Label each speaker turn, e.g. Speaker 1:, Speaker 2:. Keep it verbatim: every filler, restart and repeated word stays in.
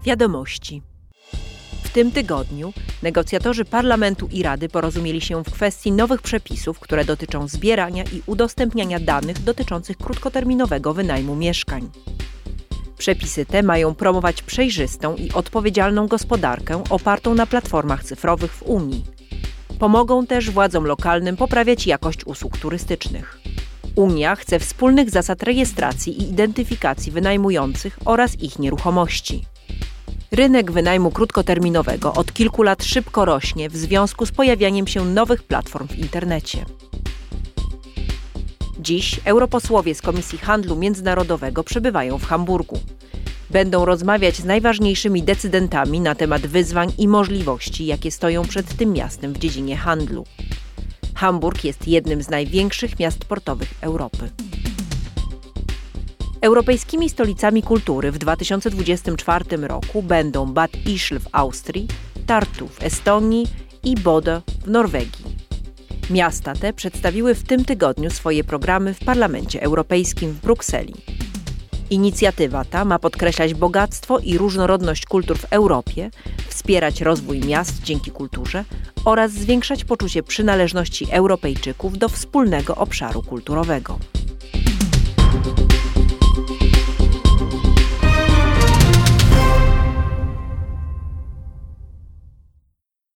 Speaker 1: Wiadomości. W tym tygodniu negocjatorzy Parlamentu i Rady porozumieli się w kwestii nowych przepisów, które dotyczą zbierania i udostępniania danych dotyczących krótkoterminowego wynajmu mieszkań. Przepisy te mają promować przejrzystą i odpowiedzialną gospodarkę opartą na platformach cyfrowych w Unii. Pomogą też władzom lokalnym poprawiać jakość usług turystycznych. Unia chce wspólnych zasad rejestracji i identyfikacji wynajmujących oraz ich nieruchomości. Rynek wynajmu krótkoterminowego od kilku lat szybko rośnie w związku z pojawianiem się nowych platform w internecie. Dziś europosłowie z Komisji Handlu Międzynarodowego przebywają w Hamburgu. Będą rozmawiać z najważniejszymi decydentami na temat wyzwań i możliwości, jakie stoją przed tym miastem w dziedzinie handlu. Hamburg jest jednym z największych miast portowych Europy. Europejskimi stolicami kultury w dwa tysiące dwudziestym czwartym roku będą Bad Ischl w Austrii, Tartu w Estonii i Bodø w Norwegii. Miasta te przedstawiły w tym tygodniu swoje programy w Parlamencie Europejskim w Brukseli. Inicjatywa ta ma podkreślać bogactwo i różnorodność kultur w Europie, wspierać rozwój miast dzięki kulturze oraz zwiększać poczucie przynależności Europejczyków do wspólnego obszaru kulturowego.